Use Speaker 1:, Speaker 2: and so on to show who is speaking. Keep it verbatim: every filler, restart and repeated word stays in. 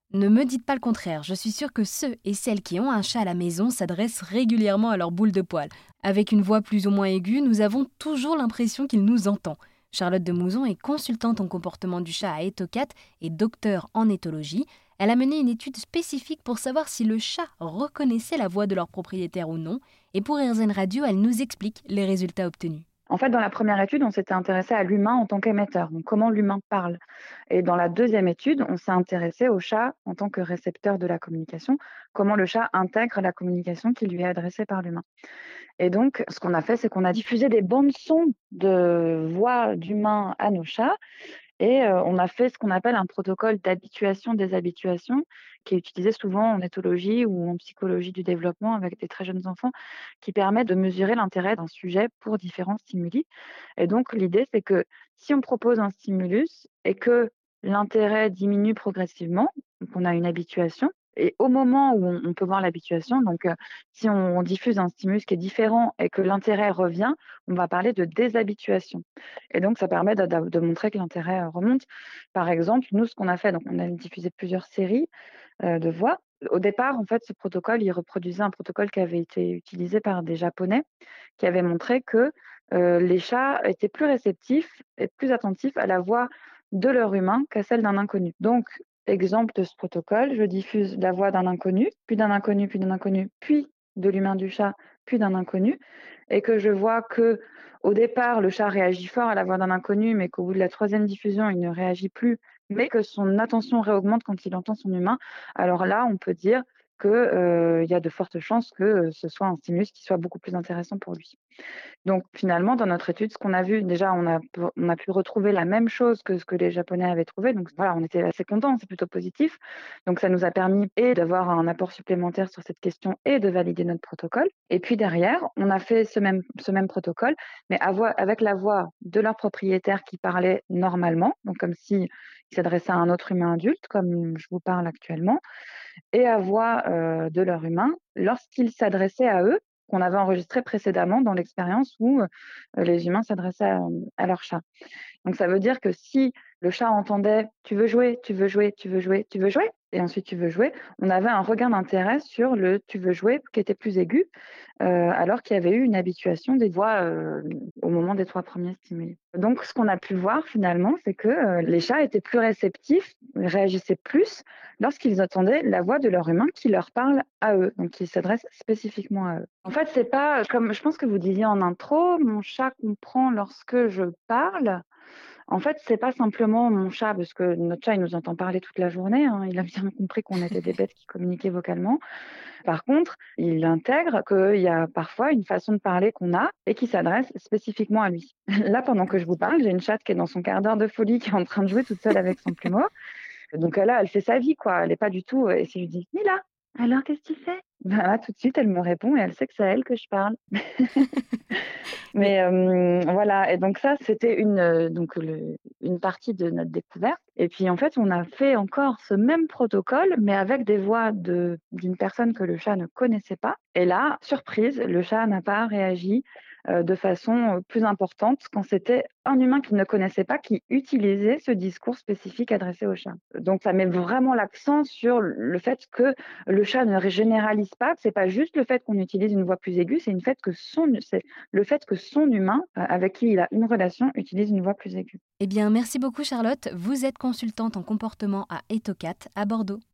Speaker 1: Ne me dites pas le contraire, je suis sûre que ceux et celles qui ont un chat à la maison s'adressent régulièrement à leur boule de poil. Avec une voix plus ou moins aiguë, nous avons toujours l'impression qu'il nous entend. Charlotte de Mouzon est consultante en comportement du chat à Ethocat et docteure en éthologie. Elle a mené une étude spécifique pour savoir si le chat reconnaissait la voix de leur propriétaire ou non. Et pour R Z N Radio, elle nous explique les résultats obtenus.
Speaker 2: En fait, dans la première étude, on s'était intéressé à l'humain en tant qu'émetteur, donc comment l'humain parle. Et dans la deuxième étude, on s'est intéressé au chat en tant que récepteur de la communication, comment le chat intègre la communication qui lui est adressée par l'humain. Et donc, ce qu'on a fait, c'est qu'on a diffusé des bandes son de voix d'humains à nos chats. Et euh, on a fait ce qu'on appelle un protocole d'habituation-déshabituation, qui est utilisé souvent en éthologie ou en psychologie du développement avec des très jeunes enfants, qui permet de mesurer l'intérêt d'un sujet pour différents stimuli. Et donc, l'idée, c'est que si on propose un stimulus et que l'intérêt diminue progressivement, donc on a une habituation, et au moment où on, on peut voir l'habituation, donc euh, si on, on diffuse un stimulus qui est différent et que l'intérêt revient, on va parler de déshabituation. Et donc, ça permet de, de- de montrer que l'intérêt euh, remonte. Par exemple, nous, ce qu'on a fait, donc on a diffusé plusieurs séries euh, de voix. Au départ, en fait, ce protocole, il reproduisait un protocole qui avait été utilisé par des Japonais, qui avait montré que euh, les chats étaient plus réceptifs et plus attentifs à la voix de leur humain qu'à celle d'un inconnu. Donc, exemple de ce protocole, je diffuse la voix d'un inconnu, puis d'un inconnu, puis d'un inconnu, puis de l'humain du chat, puis d'un inconnu, et que je vois que au départ, le chat réagit fort à la voix d'un inconnu, mais qu'au bout de la troisième diffusion, il ne réagit plus, mais que son attention réaugmente quand il entend son humain, alors là, on peut dire qu'il euh, y a de fortes chances que euh, ce soit un stimulus qui soit beaucoup plus intéressant pour lui. Donc finalement, dans notre étude, ce qu'on a vu, déjà, on a, on a pu retrouver la même chose que ce que les Japonais avaient trouvé. Donc voilà, on était assez contents, c'est plutôt positif. Donc ça nous a permis et d'avoir un apport supplémentaire sur cette question et de valider notre protocole. Et puis derrière, on a fait ce même, ce même protocole, mais à voix- avec la voix de leur propriétaire qui parlait normalement, donc comme s'il s'adressait à un autre humain adulte, comme je vous parle actuellement, et à voix euh, de leur humain lorsqu'ils s'adressaient à eux, qu'on avait enregistré précédemment dans l'expérience où euh, les humains s'adressaient à, à leur chat. Donc ça veut dire que si le chat entendait tu veux jouer, tu veux jouer, tu veux jouer, tu veux jouer, et ensuite tu veux jouer, on avait un regain d'intérêt sur le tu veux jouer qui était plus aigu, euh, alors qu'il y avait eu une habituation des voix euh, au moment des trois premiers stimuli. Donc ce qu'on a pu voir finalement, c'est que euh, les chats étaient plus réceptifs, réagissaient plus lorsqu'ils entendaient la voix de leur humain qui leur parle à eux, donc qui s'adresse spécifiquement à eux. En fait, c'est pas comme je pense que vous disiez en intro, mon chat comprend lorsque je parle. En fait, c'est pas simplement mon chat, parce que notre chat, il nous entend parler toute la journée, hein. Il a bien compris qu'on était des bêtes qui communiquaient vocalement. Par contre, il intègre qu'il y a parfois une façon de parler qu'on a et qui s'adresse spécifiquement à lui. Là, pendant que je vous parle, j'ai une chatte qui est dans son quart d'heure de folie, qui est en train de jouer toute seule avec son plumeau. Donc là, elle fait sa vie, quoi. Elle est pas du tout. Et si je lui dis, Mila, alors qu'est-ce que tu fais? Ben là, tout de suite, elle me répond et elle sait que c'est à elle que je parle.
Speaker 1: Mais
Speaker 2: Mais euh, voilà, et donc ça, c'était une, euh, donc le- une partie de notre découverte. Et puis en fait, on a fait encore ce même protocole, mais avec des voix de, d'une personne que le chat ne connaissait pas. Et là, surprise, le chat n'a pas réagi euh, de façon euh, plus importante quand c'était un humain qu'il ne connaissait pas qui utilisait ce discours spécifique adressé au chat. Donc ça met vraiment l'accent sur le fait que le chat ne généralise pas, c'est pas juste le fait qu'on utilise une voix plus aiguë, c'est une fait que son, c'est le fait que son humain, euh, avec qui il a une relation, utilise une voix plus aiguë.
Speaker 1: Eh bien, merci beaucoup Charlotte. Vous êtes consultante en comportement à Ethocat à Bordeaux.